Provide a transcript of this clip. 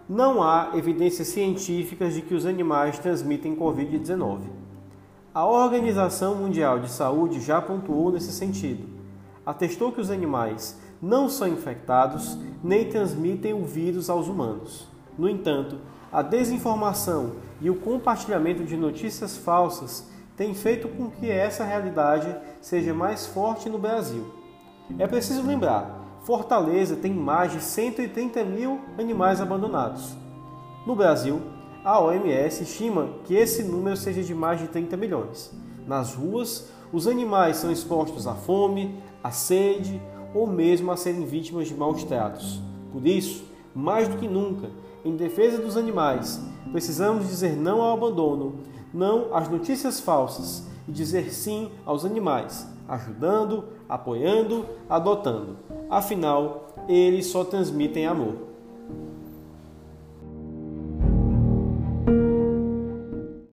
Não há evidências científicas de que os animais transmitem Covid-19. A Organização Mundial de Saúde já pontuou nesse sentido. Atestou que os animais não são infectados nem transmitem o vírus aos humanos. No entanto, a desinformação e o compartilhamento de notícias falsas têm feito com que essa realidade seja mais forte no Brasil. É preciso lembrar, Fortaleza tem mais de 130 mil animais abandonados. No Brasil, a OMS estima que esse número seja de mais de 30 milhões. Nas ruas, os animais são expostos à fome, à sede ou mesmo a serem vítimas de maus tratos. Por isso, mais do que nunca, em defesa dos animais, precisamos dizer não ao abandono, não às notícias falsas e dizer sim aos animais, ajudando, apoiando, adotando. Afinal, eles só transmitem amor.